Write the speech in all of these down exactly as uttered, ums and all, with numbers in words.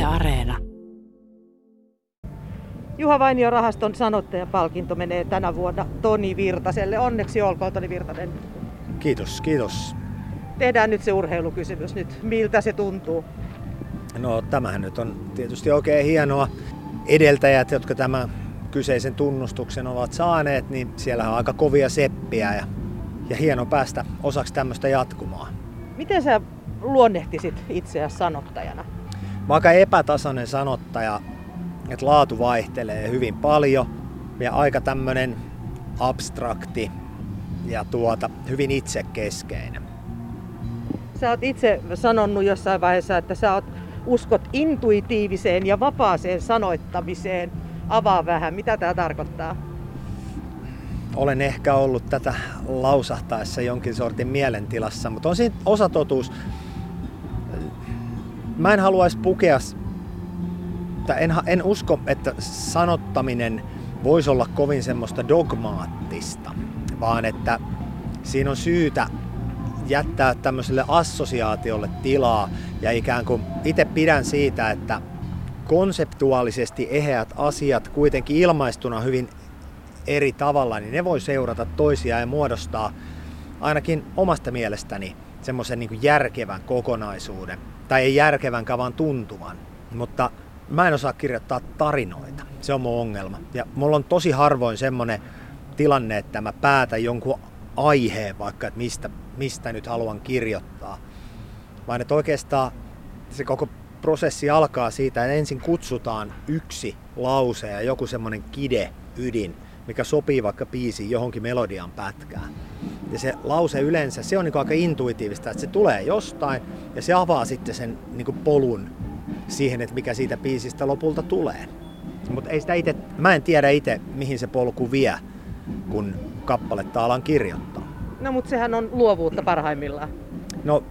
Areena. Juha Vainio-rahaston sanottajapalkinto menee tänä vuonna Toni Virtaselle. Onneksi olkoon, Toni Virtanen. Kiitos, kiitos. Tehdään nyt se urheilukysymys nyt. Miltä se tuntuu? No tämähän nyt on tietysti oikein hienoa. Edeltäjät, jotka tämän kyseisen tunnustuksen ovat saaneet, niin siellä on aika kovia seppiä ja, ja hieno päästä osaksi tämmöistä jatkumaa. Miten sä luonnehtisit itseäsi sanottajana? Mä oon aika epätasainen sanottaja, että laatu vaihtelee hyvin paljon ja aika tämmönen abstrakti ja tuota, hyvin itsekeskeinen. Sä oot itse sanonut jossain vaiheessa, että sä oot, uskot intuitiiviseen ja vapaaseen sanoittamiseen. Avaa vähän, mitä tää tarkoittaa? Olen ehkä ollut tätä lausahtaessa jonkin sortin mielentilassa, mutta on siinä osatotuus. Mä en haluaisi pukea, en, en usko, että sanottaminen voisi olla kovin semmoista dogmaattista, vaan että siinä on syytä jättää tämmöiselle assosiaatiolle tilaa ja ikään kuin itse pidän siitä, että konseptuaalisesti eheät asiat kuitenkin ilmaistuna hyvin eri tavalla, niin ne voi seurata toisiaan ja muodostaa ainakin omasta mielestäni semmoisen niin kuin järkevän kokonaisuuden. Tai ei järkevänkään, vaan tuntuvan. Mutta mä en osaa kirjoittaa tarinoita. Se on mun ongelma. Ja mulla on tosi harvoin semmoinen tilanne, että mä päätän jonkun aiheen vaikka, että mistä, mistä nyt haluan kirjoittaa. Vaan että oikeastaan se koko prosessi alkaa siitä, että ensin kutsutaan yksi lause ja joku semmoinen kide, ydin, mikä sopii vaikka biisiin johonkin melodian pätkään. Ja se lause yleensä, se on niin aika intuitiivista, että se tulee jostain ja se avaa sitten sen niin polun siihen, että mikä siitä biisistä lopulta tulee. Mutta ei sitä ite, mä en tiedä itse, mihin se polku vie, kun kappaletta alan kirjoittaa. No mutta sehän on luovuutta parhaimmillaan. No,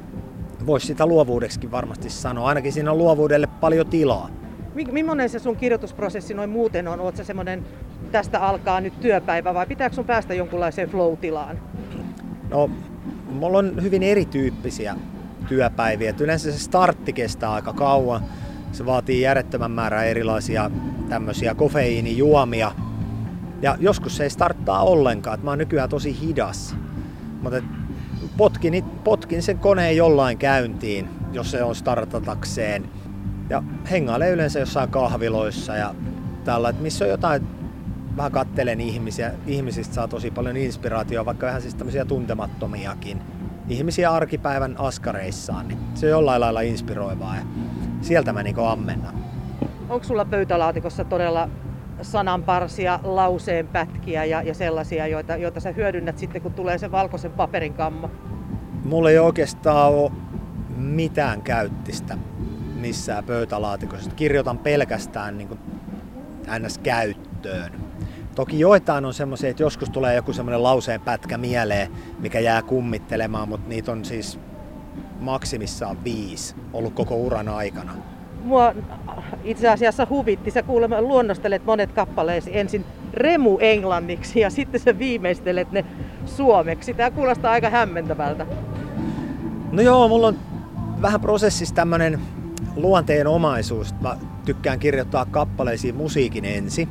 voisi sitä luovuudeksikin varmasti sanoa. Ainakin siinä on luovuudelle paljon tilaa. Millainen se sun kirjoitusprosessi noin muuten on? Oletko sä semmoinen, tästä alkaa nyt työpäivä vai pitääkö sun päästä jonkunlaiseen flow-tilaan? No, mulla on hyvin erityyppisiä työpäiviä. Yleensä se startti kestää aika kauan. Se vaatii järjettömän määrän erilaisia tämmöisiä kofeiinijuomia. Ja joskus se ei starttaa ollenkaan. Mä oon nykyään tosi hidas. Mutta potkin, potkin sen koneen jollain käyntiin, jos se on startatakseen. Ja hengailee yleensä jossain kahviloissa ja tällä, että missä on jotain, vähän kattelen ihmisiä. Ihmisistä saa tosi paljon inspiraatiota, vaikka vähän siis tämmöisiä tuntemattomiakin. Ihmisiä arkipäivän askareissaan, niin se on jollain lailla inspiroivaa ja sieltä mä niinku ammennan. Onko sulla pöytälaatikossa todella sananparsia, lauseenpätkiä ja, ja sellaisia, joita, joita sä hyödynnät sitten, kun tulee se valkoisen paperin kammo? Mulla ei oikeastaan ole mitään käyttistä missään pöytälaatikossa. Kirjoitan pelkästään niin kuin ns. Käyttöön. Toki joitain on semmoisia, että joskus tulee joku semmoinen lauseen pätkä mieleen, mikä jää kummittelemaan, mutta niitä on siis maksimissaan viisi ollut koko uran aikana. Mua itse asiassa huvitti. Sä kuulemma luonnostelet monet kappaleesi ensin remu englanniksi ja sitten sä viimeistelet ne suomeksi. Tää kuulostaa aika hämmentävältä. No joo, mulla on vähän prosessissa tämmönen luonteenomaisuus. Mä tykkään kirjoittaa kappaleisiin musiikin ensin.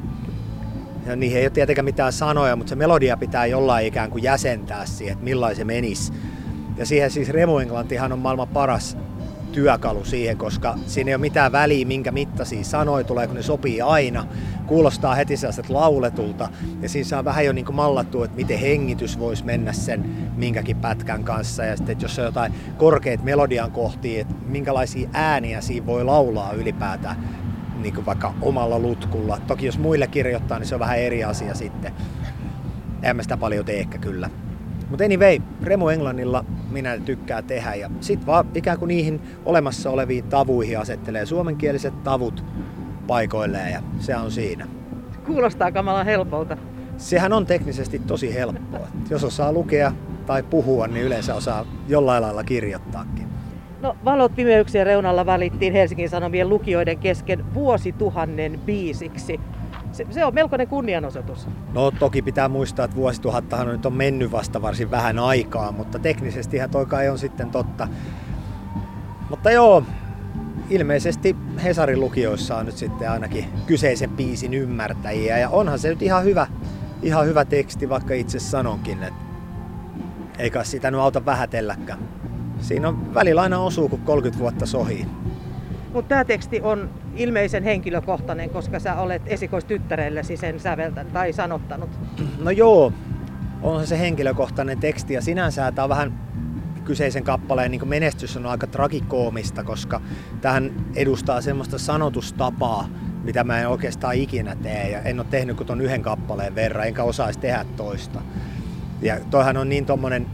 Ja niihin ei ole tietenkään mitään sanoja, mutta se melodia pitää jollain ikään kuin jäsentää siihen, että millainen se menisi. Ja siihen siis remuenglantihan on maailman paras työkalu siihen, koska siinä ei ole mitään väliä, minkä mittaisia sanoja tulee, kun ne sopii aina. Kuulostaa heti sellaiset lauletulta ja siinä saa vähän jo niin kuin mallattua, että miten hengitys voisi mennä sen minkäkin pätkän kanssa. Ja sitten, että jos on jotain korkeita melodian kohtia, että minkälaisia ääniä siinä voi laulaa ylipäätään niin kuin vaikka omalla lutkulla. Toki jos muille kirjoittaa, niin se on vähän eri asia sitten. En mä sitä paljon tee ehkä kyllä. Mutta anyway, remu englannilla minä tykkään tehdä ja sit vaan ikään kuin niihin olemassa oleviin tavuihin asettelee suomenkieliset tavut paikoilleen ja se on siinä. Kuulostaa kamalan helpolta. Sehän on teknisesti tosi helppoa. Jos osaa lukea tai puhua, niin yleensä osaa jollain lailla kirjoittaakin. No, Valot pimeyksien reunalla valittiin Helsingin Sanomien lukijoiden kesken vuosituhannen biisiksi. Se, se on melkoinen kunnianosoitus. No toki pitää muistaa, että vuosituhattahan on nyt on mennyt vasta varsin vähän aikaa, mutta teknisestihän toi kai on sitten totta. Mutta joo, ilmeisesti Hesarin lukijoissa on nyt sitten ainakin kyseisen biisin ymmärtäjiä. Ja onhan se nyt ihan hyvä, ihan hyvä teksti, vaikka itse sanonkin, että eikä sitä nyt auta vähätelläkään. Siinä on välillä aina osuu, kun kolmekymmentä vuotta sohii. Mutta tämä teksti on ilmeisen henkilökohtainen, koska sä olet esikoistyttärellesi sen säveltänyt tai sanottanut. No joo, onhan se henkilökohtainen teksti ja sinänsä tämä on vähän kyseisen kappaleen niin menestys on aika tragikoomista, koska tähän edustaa semmoista sanotustapaa, mitä mä en oikeastaan ikinä tee ja en ole tehnyt kuin ton yhden kappaleen verran, enkä osaisi tehdä toista. Ja toihan on niin tommonen,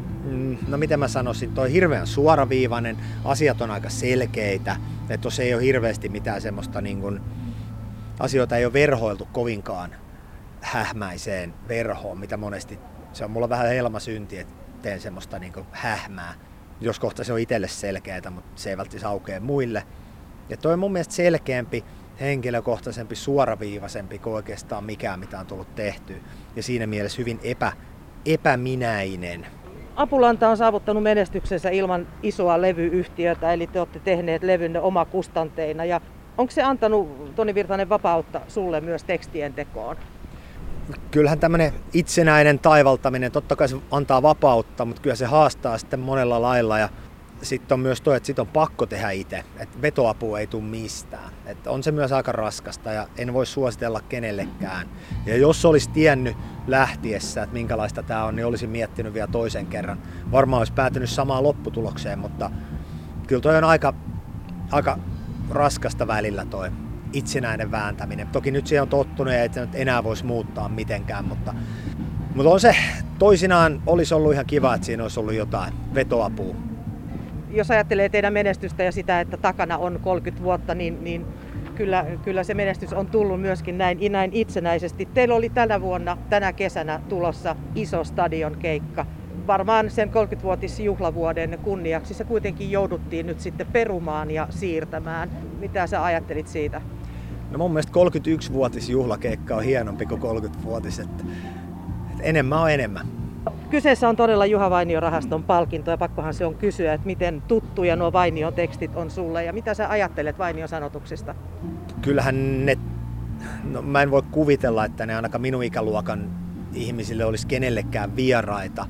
no miten mä sanoisin, toi hirveän suoraviivainen, asiat on aika selkeitä, että tuossa ei ole hirveästi mitään semmoista niin kuin, asioita ei ole verhoiltu kovinkaan hähmäiseen verhoon, mitä monesti, se on mulla vähän helmasynti, että teen semmoista niin kuin hähmää, jos kohta se on itselle selkeää, mutta se ei välttämättä aukea muille. Ja toi on mun mielestä selkeämpi, henkilökohtaisempi, suoraviivaisempi kuin oikeastaan mikään, mitä on tullut tehtyä. Ja siinä mielessä hyvin epä, epäminäinen. Apulanta on saavuttanut menestyksensä ilman isoa levyyhtiötä, eli te olette tehneet levynne omakustanteina. Ja onko se antanut, Toni Virtanen, vapautta sulle myös tekstien tekoon? Kyllähän tämmöinen itsenäinen taivaltaminen, totta kai se antaa vapautta, mutta kyllä se haastaa sitten monella lailla. Ja sitten on myös toi, että sit on pakko tehdä itse, että vetoapua ei tule mistään. Et on se myös aika raskasta ja en voi suositella kenellekään. Ja jos olisi tiennyt lähtiessä, että minkälaista tämä on, niin olisin miettinyt vielä toisen kerran. Varmaan olisi päätynyt samaan lopputulokseen, mutta kyllä toi on aika, aika raskasta välillä toi itsenäinen vääntäminen. Toki nyt siihen on tottunut ja ei nyt enää voisi muuttaa mitenkään, mutta, mutta on se toisinaan olisi ollut ihan kiva, että siinä olisi ollut jotain vetoapua. Jos ajattelee teidän menestystä ja sitä, että takana on kolmekymmentä vuotta, niin, niin kyllä, kyllä se menestys on tullut myöskin näin, näin itsenäisesti. Teillä oli tänä vuonna, tänä kesänä tulossa iso stadion keikka. Varmaan sen kolmekymmenvuotisjuhlavuoden kunniaksi se kuitenkin jouduttiin nyt sitten perumaan ja siirtämään. Mitä sä ajattelit siitä? No mun mielestä kolmekymmentäyksivuotisjuhlakeikka on hienompi kuin kolmekymmentävuotis. Että enemmän on enemmän. Kyseessä on todella Juha Vainion rahaston palkinto ja pakkohan se on kysyä, että miten tuttuja nuo Vainion tekstit on sulle ja mitä sä ajattelet Vainion sanotuksista? Kyllähän ne, no mä en voi kuvitella, että ne ainakaan minun ikäluokan ihmisille olisi kenellekään vieraita.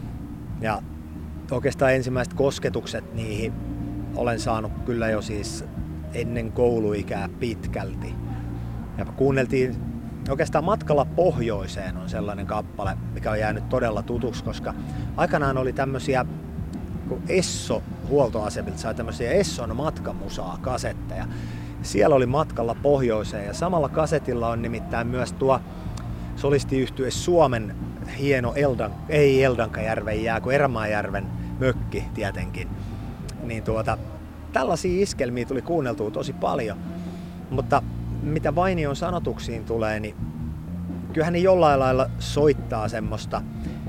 Ja oikeastaan ensimmäiset kosketukset niihin olen saanut kyllä jo siis ennen kouluikää pitkälti. Ja kuunneltiin oikeastaan Matkalla pohjoiseen on sellainen kappale, mikä on jäänyt todella tutuksi, koska aikanaan oli tämmöisiä, kun Esso huoltoasemilta sai tämmöisiä Esson matkamusaa kasetteja. Siellä oli Matkalla pohjoiseen ja samalla kasetilla on nimittäin myös tuo solistiyhtye Suomen hieno Eldan, ei Eldankajärven jää, kuin Erämaajärven mökki tietenkin. Niin tuota, tällaisia iskelmiä tuli kuunneltua tosi paljon, mutta mitä Vainion sanotuksiin tulee, niin kyllähän ne jollain lailla soittaa semmoista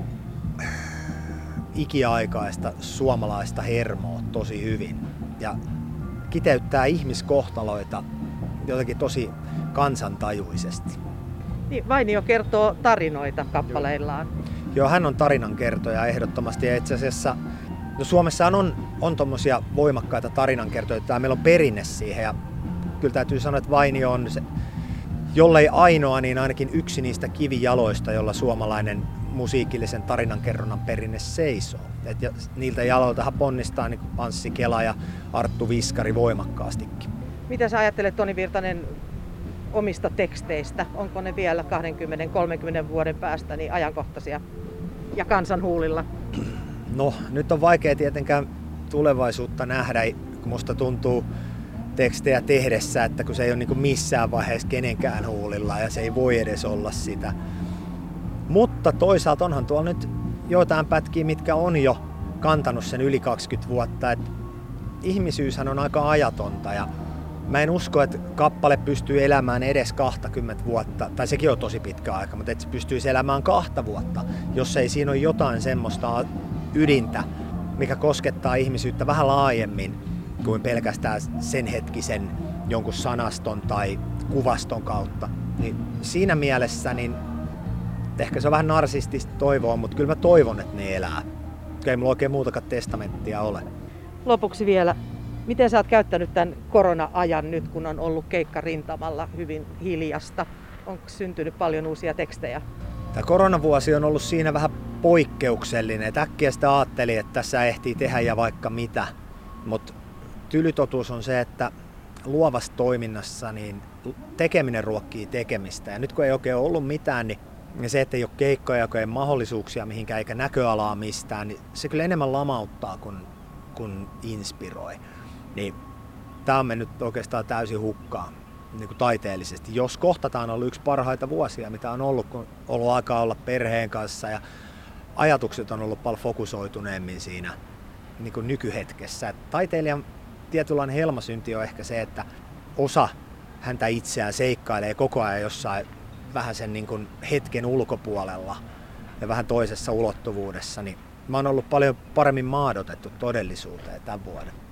ikiaikaista suomalaista hermoa tosi hyvin ja kiteyttää ihmiskohtaloita jotenkin tosi kansantajuisesti. Niin, Vainio kertoo tarinoita kappaleillaan. Joo, Joo hän on tarinankertoja ehdottomasti ja itse asiassa no Suomessa on, on tommosia voimakkaita tarinankertoja, että meillä on perinne siihen ja kyllä täytyy sanoa, että Vainio on se, jollei ainoa, niin ainakin yksi niistä kivijaloista, jolla suomalainen musiikillisen tarinankerronnan perinne seisoo. Et ja niiltä jaloiltahan ponnistaa niin Anssi Kela ja Arttu Viskari voimakkaastikin. Mitä sä ajattelet, Toni Virtanen, omista teksteistä? Onko ne vielä kaksikymmentä kolmekymmentä vuoden päästä niin ajankohtaisia ja kansan huulilla? No, nyt on vaikea tietenkään tulevaisuutta nähdä, kun musta tuntuu tekstejä tehdessä, että kun se ei ole niin kuin missään vaiheessa kenenkään huulilla ja se ei voi edes olla sitä. Mutta toisaalta onhan tuolla nyt joitain pätkiä, mitkä on jo kantanut sen yli kaksikymmentä vuotta. Et ihmisyyshän on aika ajatonta ja mä en usko, että kappale pystyy elämään edes kaksikymmentä vuotta, tai sekin on tosi pitkä aika, mutta että se pystyisi elämään kahta vuotta, jos ei siinä ole jotain semmoista ydintä, mikä koskettaa ihmisyyttä vähän laajemmin kuin pelkästään sen hetkisen jonkun sanaston tai kuvaston kautta. Niin siinä mielessä niin ehkä se on vähän narsistista toivoa, mutta kyllä mä toivon, että ne elää. Ei mulla oikein muutakaan testamenttia ole. Lopuksi vielä, Miten sä oot käyttänyt tämän korona-ajan nyt, kun on ollut keikkarintamalla hyvin hiljasta? Onko syntynyt paljon uusia tekstejä? Tämä koronavuosi on ollut siinä vähän poikkeuksellinen. Et äkkiä sitä ajattelin, että tässä ehtii tehdä ja vaikka mitä. Mutta tylytotuus on se, että luovassa toiminnassa niin tekeminen ruokkii tekemistä. Ja nyt kun ei oikein ollut mitään, niin se, että ei ole keikkoja, joka ei ole mahdollisuuksia mihinkään eikä näköalaa mistään, niin se kyllä enemmän lamauttaa kuin, kuin inspiroi. Niin, tämä on mennyt oikeastaan täysin hukkaan niin kuin taiteellisesti. Jos kohtataan on ollut yksi parhaita vuosia, mitä on ollut, kun on ollut aikaa olla perheen kanssa ja ajatukset on ollut paljon fokusoituneemmin siinä niin kuin nykyhetkessä. Taiteilijan tietynlainen helmasynti on ehkä se, että osa häntä itseään seikkailee koko ajan jossain vähän sen niin kuin hetken ulkopuolella ja vähän toisessa ulottuvuudessa. Niin mä oon ollut paljon paremmin maadotettu todellisuuteen tämän vuoden.